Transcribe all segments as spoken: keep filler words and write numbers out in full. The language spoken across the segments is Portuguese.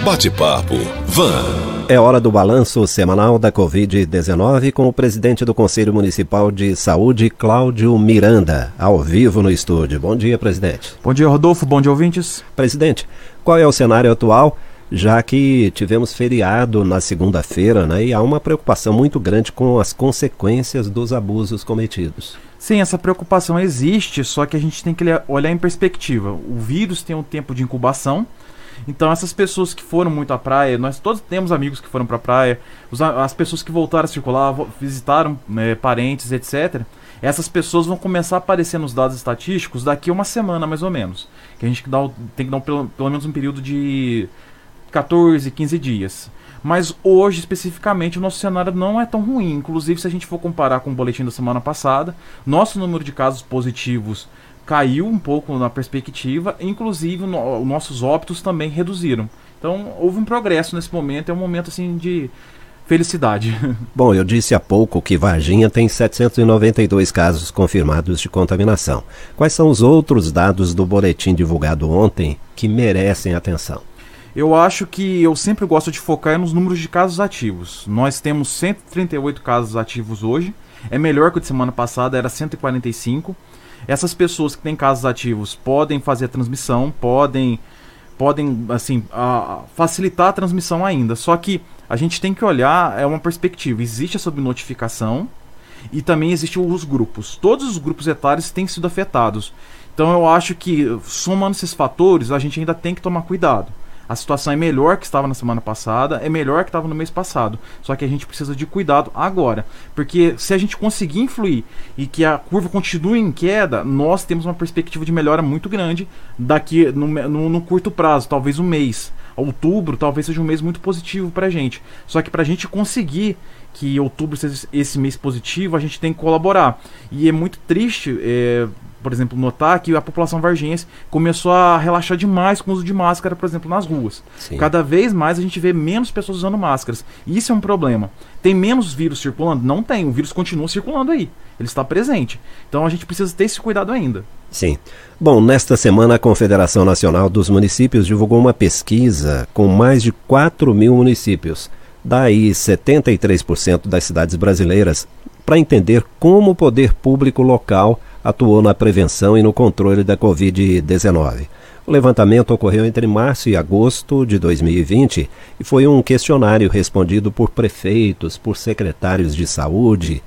Bate-papo Van. É hora do balanço semanal da covid dezenove com o presidente do Conselho Municipal de Saúde, Cláudio Miranda, ao vivo no estúdio. Bom dia, presidente. Bom dia, Rodolfo. Bom dia, ouvintes. Presidente, qual é o cenário atual, já que tivemos feriado na segunda-feira, né, e há uma preocupação muito grande com as consequências dos abusos cometidos? Sim, essa preocupação existe, só que a gente tem que olhar em perspectiva. O vírus tem um tempo de incubação, então essas pessoas que foram muito à praia, nós todos temos amigos que foram para a praia, os, as pessoas que voltaram a circular, visitaram né, parentes, etcétera, essas pessoas vão começar a aparecer nos dados estatísticos daqui a uma semana mais ou menos, que a gente dá, tem que dar um, pelo, pelo menos um período de quatorze, quinze dias. Mas hoje, especificamente, o nosso cenário não é tão ruim. Inclusive, se a gente for comparar com o boletim da semana passada, nosso número de casos positivos caiu um pouco na perspectiva, inclusive no, nossos óbitos também reduziram. Então, houve um progresso nesse momento, é um momento assim de felicidade. Bom, eu disse há pouco que Varginha tem setecentos e noventa e dois casos confirmados de contaminação. Quais são os outros dados do boletim divulgado ontem que merecem atenção? Eu acho que eu sempre gosto de focar nos números de casos ativos. Nós temos cento e trinta e oito casos ativos hoje. É melhor que o de semana passada, era cento e quarenta e cinco. Essas pessoas que têm casos ativos podem fazer a transmissão, podem, podem assim, a, facilitar a transmissão ainda. Só que a gente tem que olhar é uma perspectiva. Existe a subnotificação e também existem os grupos. Todos os grupos etários têm sido afetados. Então eu acho que, somando esses fatores, a gente ainda tem que tomar cuidado. A situação é melhor que estava na semana passada, é melhor que estava no mês passado. Só que a gente precisa de cuidado agora. Porque se a gente conseguir influir e que a curva continue em queda, nós temos uma perspectiva de melhora muito grande daqui no, no, no curto prazo, talvez um mês. Outubro talvez seja um mês muito positivo para a gente. Só que para a gente conseguir que outubro seja esse mês positivo, a gente tem que colaborar. E é muito triste... É, por exemplo, notar que a população varginhense começou a relaxar demais com o uso de máscara, por exemplo, nas ruas. Sim. Cada vez mais a gente vê menos pessoas usando máscaras. E isso é um problema. Tem menos vírus circulando? Não tem. O vírus continua circulando aí. Ele está presente. Então a gente precisa ter esse cuidado ainda. Sim. Bom, nesta semana a Confederação Nacional dos Municípios divulgou uma pesquisa com mais de quatro mil municípios. Daí setenta e três por cento das cidades brasileiras, para entender como o poder público local atuou na prevenção e no controle da covid dezenove. O levantamento ocorreu entre março e agosto de dois mil e vinte e foi um questionário respondido por prefeitos, por secretários de saúde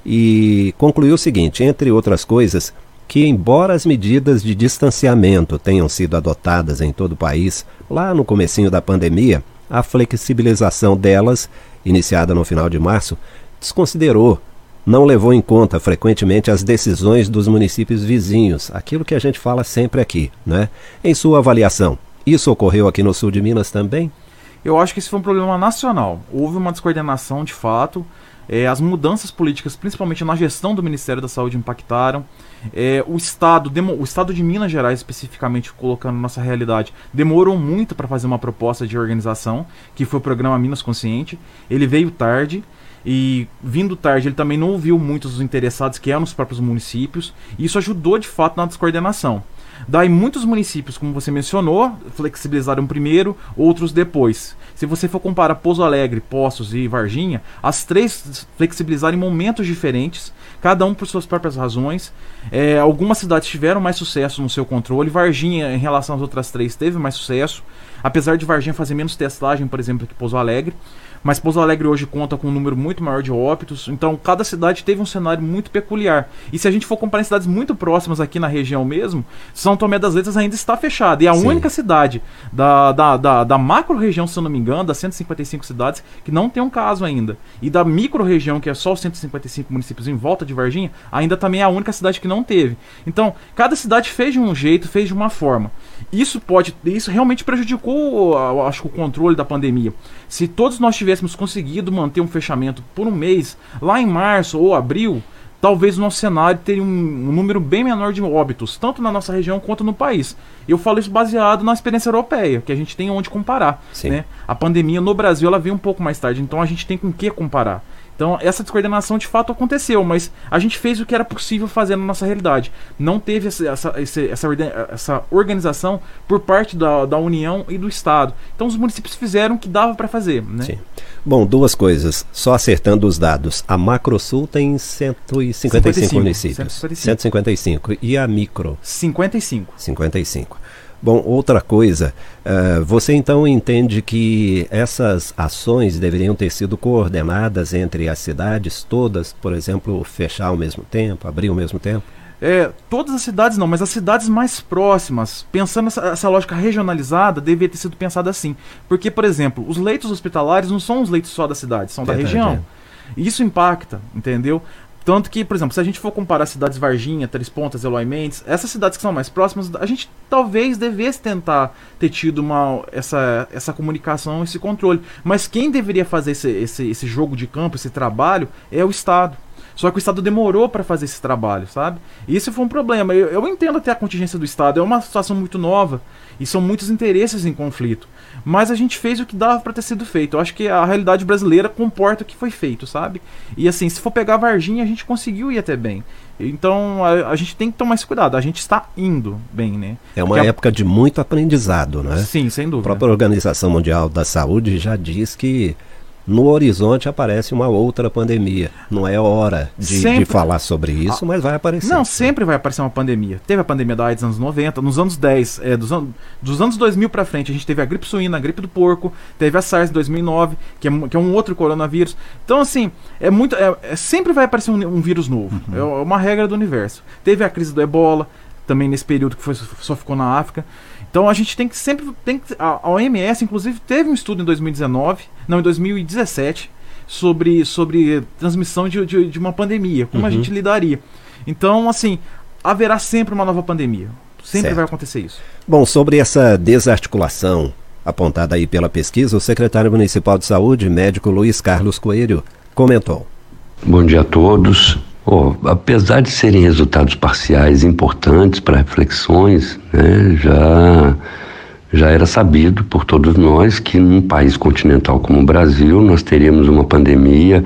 e concluiu o seguinte, entre outras coisas, que embora as medidas de distanciamento tenham sido adotadas em todo o país, lá no comecinho da pandemia, a flexibilização delas, iniciada no final de março, desconsiderou não levou em conta frequentemente as decisões dos municípios vizinhos, aquilo que a gente fala sempre aqui, né? Em sua avaliação, isso ocorreu aqui no sul de Minas também? Eu acho que esse foi um problema nacional. Houve uma descoordenação de fato, é, as mudanças políticas, principalmente na gestão do Ministério da Saúde, impactaram. É, o, estado, demo, o estado de Minas Gerais, especificamente colocando nossa realidade, demorou muito para fazer uma proposta de organização, que foi o programa Minas Consciente. Ele veio tarde. E vindo tarde ele também não ouviu muitos dos interessados que eram os próprios municípios, e isso ajudou de fato na descoordenação. Daí muitos municípios, como você mencionou, flexibilizaram primeiro, outros depois. Se você for comparar Pouso Alegre, Poços e Varginha, as três flexibilizaram em momentos diferentes, cada um por suas próprias razões. É, algumas cidades tiveram mais sucesso no seu controle, Varginha em relação às outras três teve mais sucesso, apesar de Varginha fazer menos testagem, por exemplo, que Pouso Alegre. Mas Pouso Alegre hoje conta com um número muito maior de óbitos, então cada cidade teve um cenário muito peculiar. E se a gente for comparar em cidades muito próximas aqui na região mesmo, São Tomé das Letras ainda está fechada. E a Sim. única cidade da, da, da, da macro-região, se eu não me engano, das cento e cinquenta e cinco cidades, que não tem um caso ainda. E da micro-região, que é só os cento e cinquenta e cinco municípios em volta de Varginha, ainda também é a única cidade que não teve. Então, cada cidade fez de um jeito, fez de uma forma. Isso pode, isso realmente prejudicou, acho que o controle da pandemia. Se todos nós tivéssemos conseguido manter um fechamento por um mês, lá em março ou abril, talvez o nosso cenário teria um, um número bem menor de óbitos, tanto na nossa região quanto no país. Eu falo isso baseado na experiência europeia, que a gente tem onde comparar. Né? A pandemia no Brasil ela veio um pouco mais tarde, então a gente tem com o que comparar. Então essa descoordenação de fato aconteceu, mas a gente fez o que era possível fazer na nossa realidade. Não teve essa, essa, essa, essa organização por parte da, da União e do Estado. Então os municípios fizeram o que dava para fazer, né? Sim. Bom, duas coisas, só acertando os dados. A Macrosul tem cento e cinquenta e cinco municípios. cento e cinquenta e cinco. E a Micro? cinquenta e cinco. cinquenta e cinco. Bom, outra coisa, uh, você então entende que essas ações deveriam ter sido coordenadas entre as cidades todas, por exemplo, fechar ao mesmo tempo, abrir ao mesmo tempo? É, todas as cidades não, mas as cidades mais próximas, pensando essa, essa lógica regionalizada, deveria ter sido pensada assim. Porque, por exemplo, os leitos hospitalares não são os leitos só da cidade, são Verdade, da região. É. Isso impacta, entendeu? Tanto que, por exemplo, se a gente for comparar cidades Varginha, Três Pontas, Eloy Mendes, essas cidades que são mais próximas, a gente talvez devesse tentar ter tido uma, essa, essa comunicação, esse controle. Mas quem deveria fazer esse, esse, esse jogo de campo, esse trabalho, é o Estado. Só que o Estado demorou para fazer esse trabalho, sabe? E isso foi um problema. Eu, eu entendo até a contingência do Estado, é uma situação muito nova e são muitos interesses em conflito. Mas a gente fez o que dava para ter sido feito. Eu acho que a realidade brasileira comporta o que foi feito, sabe? E assim, se for pegar a Varginha, a gente conseguiu ir até bem. Então a, a gente tem que tomar esse cuidado. A gente está indo bem, né? É uma Porque época a... de muito aprendizado, né? Sim, sem dúvida. A própria Organização Mundial da Saúde já diz que no horizonte aparece uma outra pandemia. Não é hora de, sempre... de falar sobre isso, ah, mas vai aparecer. Não, sempre vai aparecer uma pandemia. Teve a pandemia da AIDS nos anos noventa, nos anos dez, é, dos, an... dos anos dois mil pra frente, a gente teve a gripe suína, a gripe do porco, teve a SARS em dois mil e nove, que é, que é um outro coronavírus. Então, assim, é muito, é, é, sempre vai aparecer um, um vírus novo. Uhum. É uma regra do universo. Teve a crise do Ebola, também nesse período que foi, só ficou na África. Então a gente tem que sempre... Tem que, a, a O M S, inclusive, teve um estudo em dois mil e dezenove, não, em dois mil e dezessete, sobre, sobre transmissão de, de, de uma pandemia, como uhum. a gente lidaria. Então, assim, haverá sempre uma nova pandemia. Sempre certo. Vai acontecer isso. Bom, sobre essa desarticulação apontada aí pela pesquisa, o secretário municipal de saúde, médico Luiz Carlos Coelho, comentou. Bom dia a todos. Oh, apesar de serem resultados parciais importantes para reflexões, né, já, já era sabido por todos nós que num país continental como o Brasil nós teríamos uma pandemia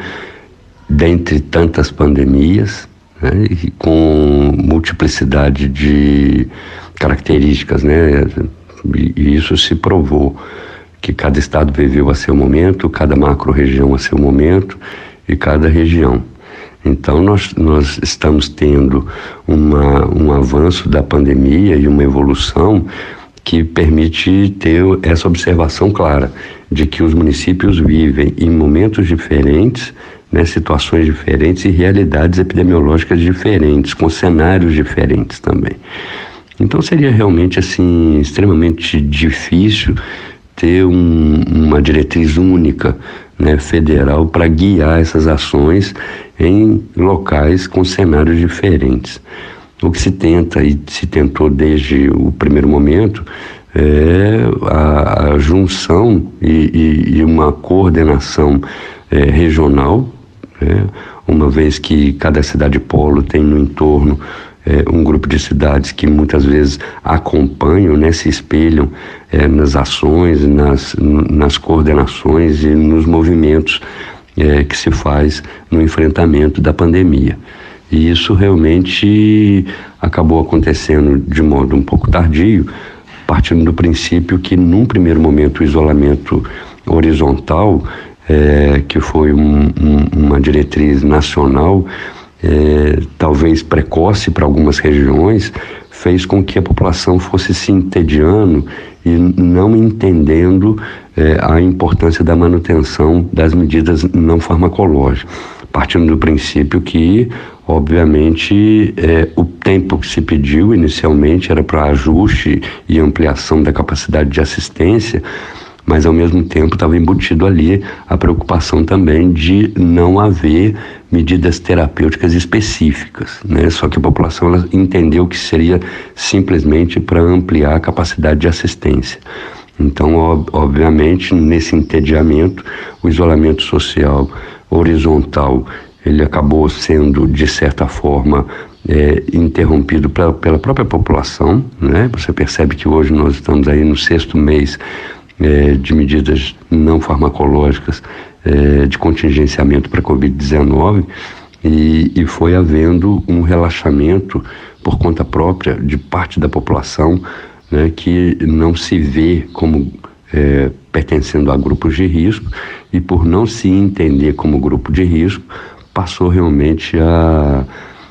dentre tantas pandemias, né, e com multiplicidade de características, né, e, e isso se provou que cada estado viveu a seu momento, cada macro-região a seu momento e cada região. Então nós, nós estamos tendo uma, um avanço da pandemia e uma evolução que permite ter essa observação clara de que os municípios vivem em momentos diferentes, né, situações diferentes e realidades epidemiológicas diferentes, com cenários diferentes também. Então seria realmente assim extremamente difícil ter um, uma diretriz única, né, federal para guiar essas ações em locais com cenários diferentes. O que se tenta e se tentou desde o primeiro momento é a, a junção e, e, e uma coordenação é, regional, né, uma vez que cada cidade polo tem no entorno É, um grupo de cidades que muitas vezes acompanham, né, se espelham é, nas ações, nas, nas coordenações e nos movimentos é, que se faz no enfrentamento da pandemia. E isso realmente acabou acontecendo de modo um pouco tardio, partindo do princípio que num primeiro momento o isolamento horizontal, é, que foi um, um, uma diretriz nacional, É, talvez precoce para algumas regiões, fez com que a população fosse se entediando e não entendendo é, a importância da manutenção das medidas não farmacológicas, partindo do princípio que, obviamente, é, o tempo que se pediu inicialmente era para ajuste e ampliação da capacidade de assistência, mas ao mesmo tempo estava embutido ali a preocupação também de não haver medidas terapêuticas específicas, né? Só que a população ela entendeu que seria simplesmente para ampliar a capacidade de assistência. Então, ob- obviamente, nesse entediamento, o isolamento social horizontal, ele acabou sendo, de certa forma, é, interrompido pra, pela própria população, né? Você percebe que hoje nós estamos aí no sexto mês É, de medidas não farmacológicas é, de contingenciamento para a covid dezenove e, e foi havendo um relaxamento por conta própria de parte da população, né, que não se vê como é, pertencendo a grupos de risco e por não se entender como grupo de risco, passou realmente a,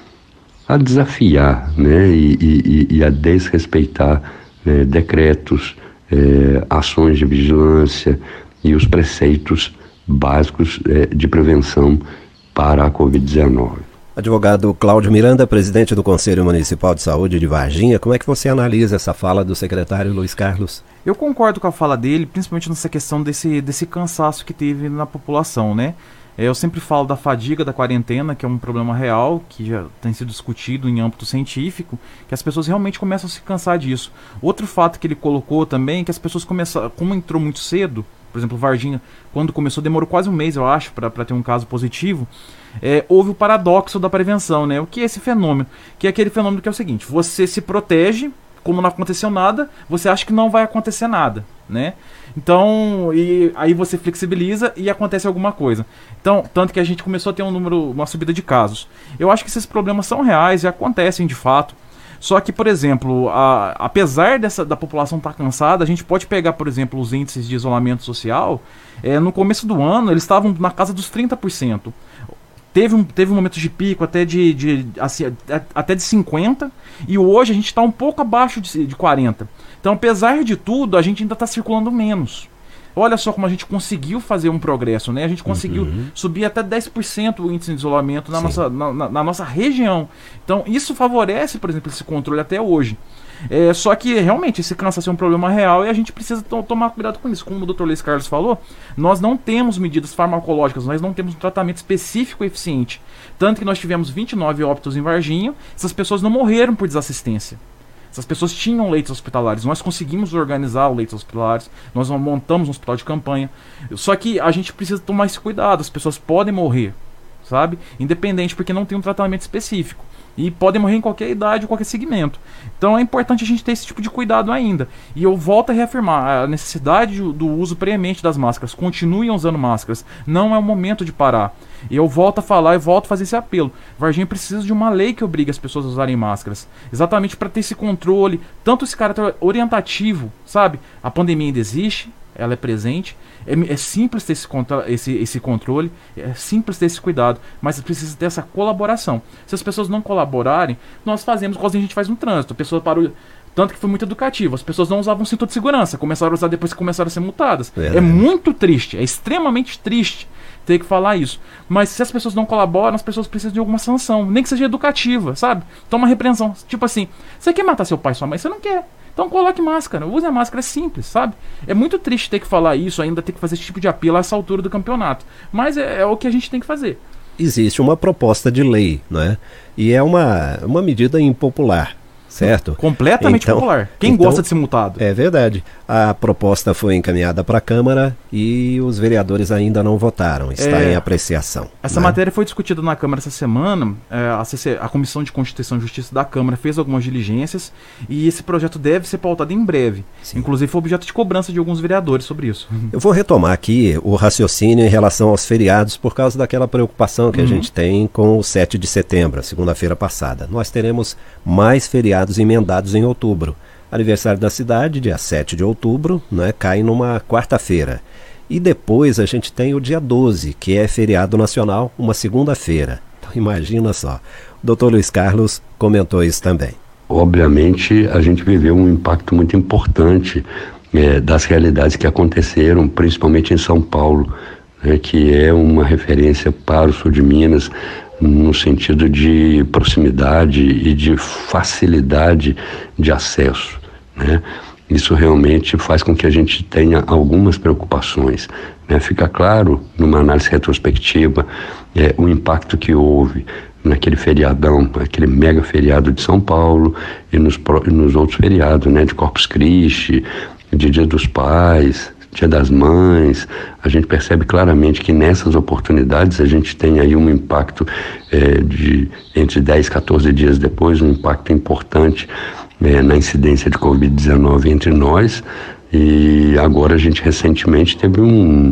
a desafiar, né, e, e, e a desrespeitar, né, decretos, é, ações de vigilância e os preceitos básicos é, de prevenção para a covid dezenove. Advogado Cláudio Miranda, presidente do Conselho Municipal de Saúde de Varginha, como é que você analisa essa fala do secretário Luiz Carlos? Eu concordo com a fala dele, principalmente nessa questão desse, desse cansaço que teve na população, né? Eu sempre falo da fadiga da quarentena, que é um problema real, que já tem sido discutido em âmbito científico, que as pessoas realmente começam a se cansar disso. Outro fato que ele colocou também é que as pessoas começaram, como entrou muito cedo, por exemplo, Varginha, quando começou, demorou quase um mês, eu acho, para ter um caso positivo, é, houve o paradoxo da prevenção, né? O que é esse fenômeno? Que é aquele fenômeno que é o seguinte: você se protege, como não aconteceu nada, você acha que não vai acontecer nada, né? Então, e aí você flexibiliza e acontece alguma coisa. Então, tanto que a gente começou a ter um número, uma subida de casos. Eu acho que esses problemas são reais e acontecem de fato. Só que, por exemplo, a, apesar dessa, da população estar cansada, a gente pode pegar, por exemplo, os índices de isolamento social. É, no começo do ano, eles estavam na casa dos trinta por cento. Teve um, teve um momento de pico até de, de, assim, até de cinquenta por cento, e hoje a gente está um pouco abaixo de, de quarenta por cento. Então, apesar de tudo, a gente ainda está circulando menos. Olha só como a gente conseguiu fazer um progresso, né? A gente conseguiu uhum. subir até dez por cento o índice de isolamento na nossa, na, na, na nossa região. Então, isso favorece, por exemplo, esse controle até hoje. É, só que, realmente, esse cansaço é um problema real e a gente precisa to- tomar cuidado com isso. Como o doutor Luiz Carlos falou, nós não temos medidas farmacológicas, nós não temos um tratamento específico e eficiente. Tanto que nós tivemos vinte e nove óbitos em Varginha, essas pessoas não morreram por desassistência. Essas pessoas tinham leitos hospitalares, nós conseguimos organizar os leitos hospitalares, nós montamos um hospital de campanha. Só que a gente precisa tomar esse cuidado, as pessoas podem morrer, sabe? Independente, porque não tem um tratamento específico. E podem morrer em qualquer idade ou qualquer segmento. Então é importante a gente ter esse tipo de cuidado ainda. E eu volto a reafirmar a necessidade do uso preemente das máscaras. Continuem usando máscaras. Não é o momento de parar. E eu volto a falar e volto a fazer esse apelo. Varginha precisa de uma lei que obrigue as pessoas a usarem máscaras. Exatamente para ter esse controle, tanto esse caráter orientativo, sabe? A pandemia ainda existe, ela é presente. É, é simples ter esse, esse, esse controle, é simples ter esse cuidado, mas precisa ter essa colaboração. Se as pessoas não colaborarem, nós fazemos igual a gente faz no trânsito. A pessoa parou, tanto que foi muito educativo. As pessoas não usavam cinto de segurança, começaram a usar depois que começaram a ser multadas. É, é muito triste, é extremamente triste ter que falar isso. Mas se as pessoas não colaboram, as pessoas precisam de alguma sanção, nem que seja educativa, sabe? Toma repreensão. Tipo assim, você quer matar seu pai e sua mãe? Você não quer. Então coloque máscara, use a máscara, é simples, sabe? É muito triste ter que falar isso, ainda ter que fazer esse tipo de apelo a essa altura do campeonato. Mas é, é o que a gente tem que fazer. Existe uma proposta de lei, não é? E é uma, uma medida impopular, certo? Completamente então, popular. Quem então, gosta de ser multado? É verdade. A proposta foi encaminhada para a Câmara e os vereadores ainda não votaram. Está é, em apreciação. Essa né? matéria foi discutida na Câmara essa semana. É, a, C C, a Comissão de Constituição e Justiça da Câmara fez algumas diligências e esse projeto deve ser pautado em breve. Sim. Inclusive foi objeto de cobrança de alguns vereadores sobre isso. Eu vou retomar aqui o raciocínio em relação aos feriados por causa daquela preocupação que uhum. a gente tem com o sete de setembro, segunda-feira passada. Nós teremos mais feriados emendados em outubro. Aniversário da cidade, dia sete de outubro, né, cai numa quarta-feira. E depois a gente tem o dia doze, que é feriado nacional, uma segunda-feira. Então imagina só. O doutor Luiz Carlos comentou isso também. Obviamente a gente viveu um impacto muito importante é, das realidades que aconteceram, principalmente em São Paulo, né, que é uma referência para o sul de Minas, no sentido de proximidade e de facilidade de acesso, né? Isso realmente faz com que a gente tenha algumas preocupações, né? Fica claro, numa análise retrospectiva, é, o impacto que houve naquele feriadão, aquele mega feriado de São Paulo e nos, nos outros feriados, né? De Corpus Christi, de Dia dos Pais, Dia das Mães. A gente percebe claramente que nessas oportunidades a gente tem aí um impacto é, de entre dez e quatorze dias depois, um impacto importante é, na incidência de covid dezenove entre nós. E agora a gente recentemente teve um,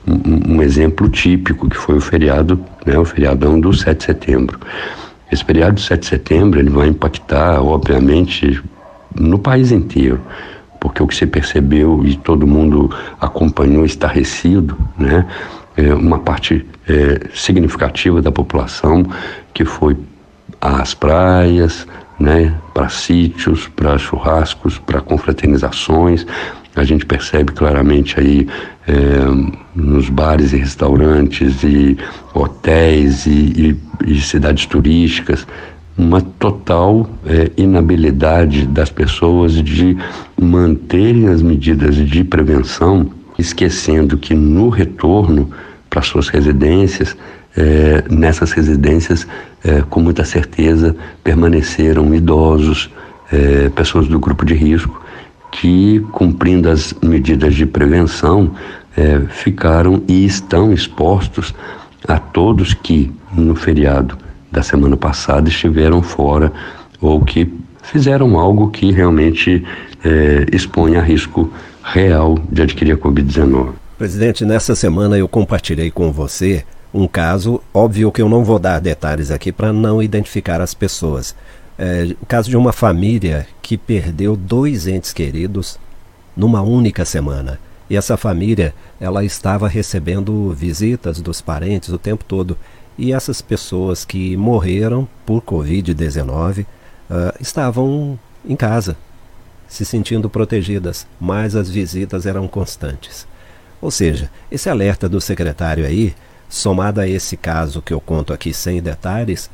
um, um exemplo típico, que foi o feriado, né, o feriadão do sete de setembro. Esse feriado do sete de setembro ele vai impactar, obviamente, no país inteiro, porque o que se percebeu e todo mundo acompanhou estarrecido, né, é uma parte é, significativa da população que foi às praias, né, para sítios, para churrascos, para confraternizações. A gente percebe claramente aí é, nos bares e restaurantes e hotéis e, e, e cidades turísticas uma total é, inabilidade das pessoas de manterem as medidas de prevenção, esquecendo que no retorno para suas residências, é, nessas residências, é, com muita certeza, permaneceram idosos, é, pessoas do grupo de risco, que, cumprindo as medidas de prevenção, é, ficaram e estão expostos a todos que, no feriado da semana passada, estiveram fora ou que fizeram algo que realmente é, expõe a risco real de adquirir a covid dezenove. Presidente, nessa semana eu compartilhei com você um caso, óbvio que eu não vou dar detalhes aqui para não identificar as pessoas. É, o caso de uma família que perdeu dois entes queridos numa única semana. E essa família, ela estava recebendo visitas dos parentes o tempo todo. E essas pessoas que morreram por covid dezenove uh, estavam em casa, se sentindo protegidas, mas as visitas eram constantes. Ou seja, esse alerta do secretário aí, somado a esse caso que eu conto aqui sem detalhes,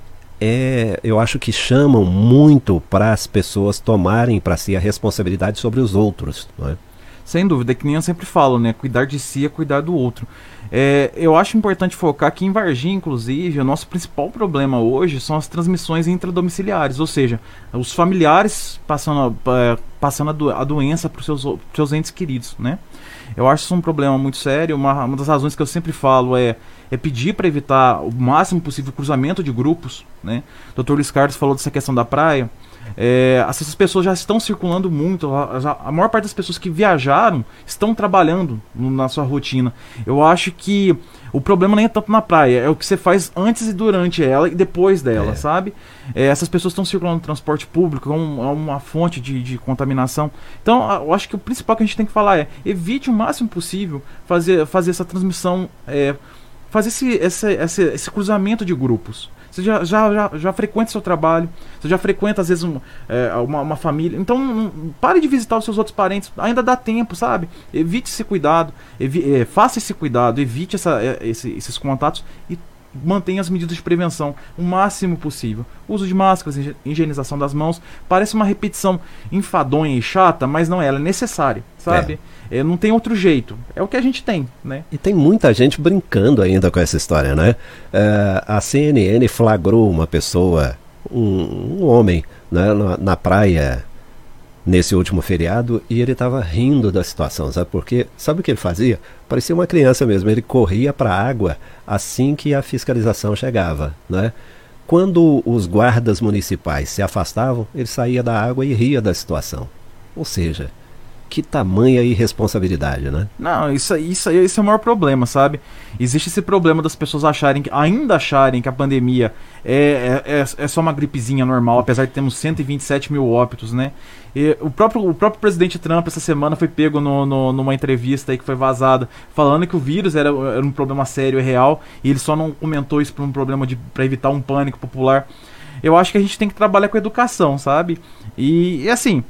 é, eu acho que chamam muito para as pessoas tomarem para si a responsabilidade sobre os outros, não é? Sem dúvida, é que nem eu sempre falo, né? Cuidar de si é cuidar do outro. É, eu acho importante focar que em Varginha, inclusive, o nosso principal problema hoje são as transmissões intradomiciliares, ou seja, os familiares passando a, passando a, do, a doença para os seus, seus entes queridos, né? Eu acho isso um problema muito sério. Uma, uma das razões que eu sempre falo é, é pedir para evitar o máximo possível o cruzamento de grupos, né? O doutor Luiz Carlos falou dessa questão da praia. É, essas pessoas já estão circulando muito, já, a maior parte das pessoas que viajaram estão trabalhando no, na sua rotina. Eu acho que o problema nem é tanto na praia, é o que você faz antes e durante ela e depois dela, é. sabe? É, essas pessoas estão circulando no transporte público, é, um, é uma fonte de, de contaminação. Então, eu acho que o principal que a gente tem que falar é evite o máximo possível fazer, fazer essa transmissão, é, fazer esse, esse, esse, esse cruzamento de grupos. Você já, já, já, já frequenta seu trabalho, você já frequenta às vezes um, é, uma, uma família. Então um, pare de visitar os seus outros parentes, ainda dá tempo, sabe? Evite esse cuidado, evi é, faça esse cuidado, evite essa, é, esse, esses contatos e mantenha as medidas de prevenção o máximo possível. Uso de máscaras, higienização das mãos. Parece uma repetição enfadonha e chata, mas não é, ela é necessária, sabe? É. É, não tem outro jeito, é o que a gente tem, né? E tem muita gente brincando ainda com essa história, né? É, a C N N flagrou uma pessoa, um, um homem, né, na, na praia nesse último feriado, e ele estava rindo da situação, sabe por quê? Sabe o que ele fazia? Parecia uma criança mesmo, ele corria para a água assim que a fiscalização chegava, né? Quando os guardas municipais se afastavam, ele saía da água e ria da situação. Ou seja, que tamanha irresponsabilidade, né? Não, isso, isso, esse é o maior problema, sabe? Existe esse problema das pessoas acharem, ainda acharem que a pandemia é, é, é só uma gripezinha normal, apesar de termos cento e vinte e sete mil óbitos, né? E o, próprio, o próprio presidente Trump essa semana foi pego no, no, numa entrevista aí que foi vazada, falando que o vírus era, era um problema sério e real, e ele só não comentou isso por um problema de para evitar um pânico popular. Eu acho que a gente tem que trabalhar com educação, sabe? E, e assim...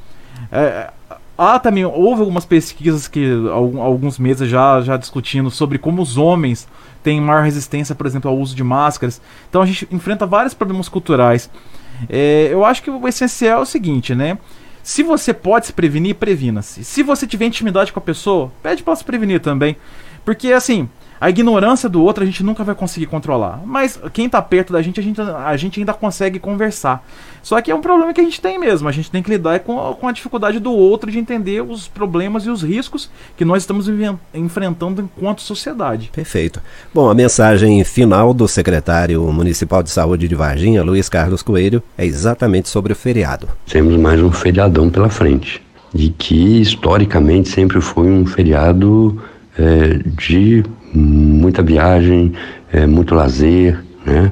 É, Ah, também houve algumas pesquisas que alguns meses já, já discutindo sobre como os homens têm maior resistência, por exemplo, ao uso de máscaras. Então a gente enfrenta vários problemas culturais. É, eu acho que o essencial é o seguinte, né? Se você pode se prevenir, previna-se. Se você tiver intimidade com a pessoa, pede para se prevenir também. Porque assim, a ignorância do outro a gente nunca vai conseguir controlar. Mas quem tá perto da gente, a gente, a gente ainda consegue conversar. Só que é um problema que a gente tem mesmo. A gente tem que lidar com, com a dificuldade do outro de entender os problemas e os riscos que nós estamos enfrentando enquanto sociedade. Perfeito. Bom, a mensagem final do secretário municipal de saúde de Varginha, Luiz Carlos Coelho, é exatamente sobre o feriado. Temos mais um feriadão pela frente. E que historicamente sempre foi um feriado é, de muita viagem, é, muito lazer, né?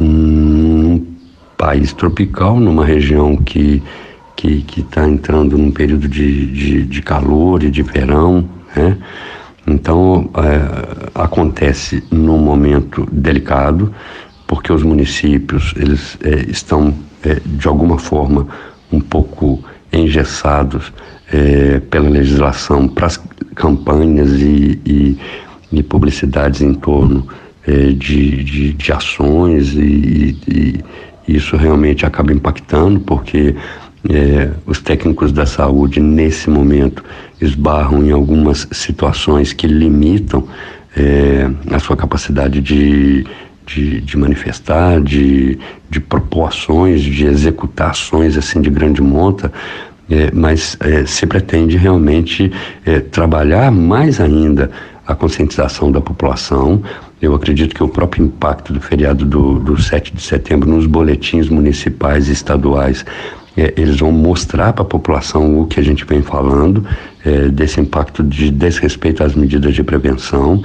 Um país tropical, numa região que que está entrando num período de, de, de calor e de verão, né? Então, é, acontece num momento delicado, porque os municípios eles é, estão, é, de alguma forma, um pouco engessados é, pela legislação para as campanhas e, e, e publicidades em torno é, de, de, de ações, e, e, e isso realmente acaba impactando, porque É, os técnicos da saúde, nesse momento, esbarram em algumas situações que limitam é, a sua capacidade de, de, de manifestar, de, de propor ações, de executar ações assim, de grande monta, é, mas é, se pretende realmente é, trabalhar mais ainda a conscientização da população. Eu acredito que o próprio impacto do feriado do, do sete de setembro nos boletins municipais e estaduais, É, eles vão mostrar para a população o que a gente vem falando, é, desse impacto de desrespeito às medidas de prevenção,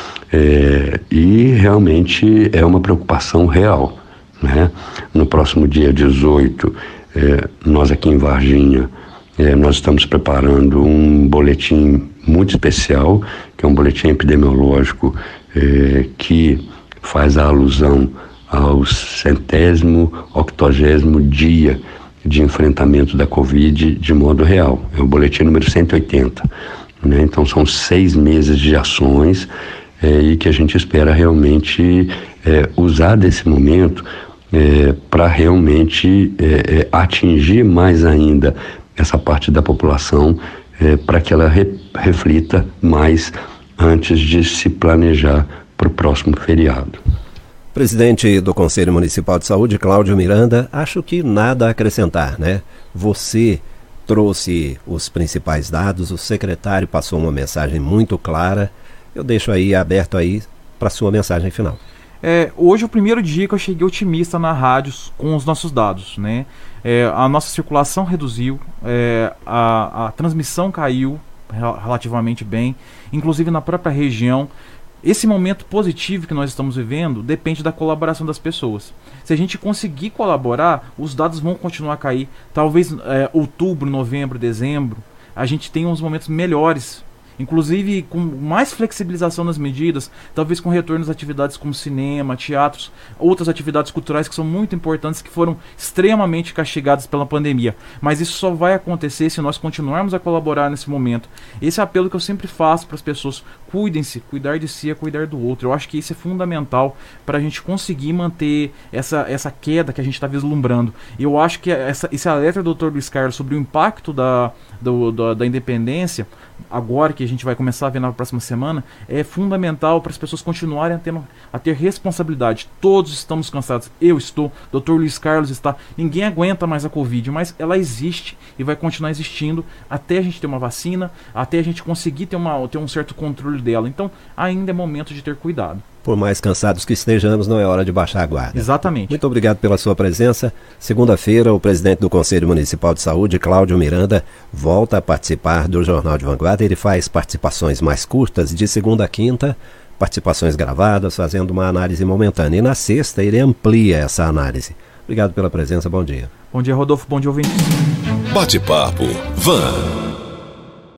é, e realmente é uma preocupação real, né? No próximo dia dezoito, é, nós aqui em Varginha, é, nós estamos preparando um boletim muito especial, que é um boletim epidemiológico é, que faz a alusão ao centésimo, octogésimo dia de enfrentamento da Covid de modo real. É o boletim número cento e oitenta, né? Então são seis meses de ações é, e que a gente espera realmente é, usar desse momento é, para realmente é, é, atingir mais ainda essa parte da população, é, para que ela re, reflita mais antes de se planejar para o próximo feriado. Presidente do Conselho Municipal de Saúde, Cláudio Miranda, acho que nada a acrescentar, né? Você trouxe os principais dados, o secretário passou uma mensagem muito clara. Eu deixo aí aberto aí para sua mensagem final. É, hoje é o primeiro dia que eu cheguei otimista na rádio com os nossos dados, né? É, a nossa circulação reduziu, é, a, a transmissão caiu relativamente bem, inclusive na própria região. Esse momento positivo que nós estamos vivendo depende da colaboração das pessoas. Se a gente conseguir colaborar, os dados vão continuar a cair. Talvez é, outubro, novembro, dezembro, a gente tenha uns momentos melhores, inclusive com mais flexibilização nas medidas, talvez com retorno às atividades como cinema, teatros, outras atividades culturais que são muito importantes, que foram extremamente castigadas pela pandemia. Mas isso só vai acontecer se nós continuarmos a colaborar nesse momento. Esse é o apelo que eu sempre faço para as pessoas: cuidem-se, cuidar de si é cuidar do outro. Eu acho que isso é fundamental para a gente conseguir manter essa, essa queda que a gente está vislumbrando. Eu acho que essa, esse alerta do doutor Luiz Carlos sobre o impacto da, do, da, da independência, agora que a gente vai começar a ver na próxima semana, é fundamental para as pessoas continuarem a ter, a ter responsabilidade. Todos estamos cansados, eu estou, doutor Luiz Carlos está, ninguém aguenta mais a Covid, mas ela existe e vai continuar existindo até a gente ter uma vacina, até a gente conseguir ter, uma, ter um certo controle dela. Então ainda é momento de ter cuidado. Por mais cansados que estejamos, não é hora de baixar a guarda. Exatamente. Muito obrigado pela sua presença. Segunda-feira, o presidente do Conselho Municipal de Saúde, Cláudio Miranda, volta a participar do Jornal de Vanguarda. Ele faz participações mais curtas, de segunda a quinta, participações gravadas, fazendo uma análise momentânea. E na sexta, ele amplia essa análise. Obrigado pela presença, bom dia. Bom dia, Rodolfo, bom dia, ouvintes. Bate-papo Van.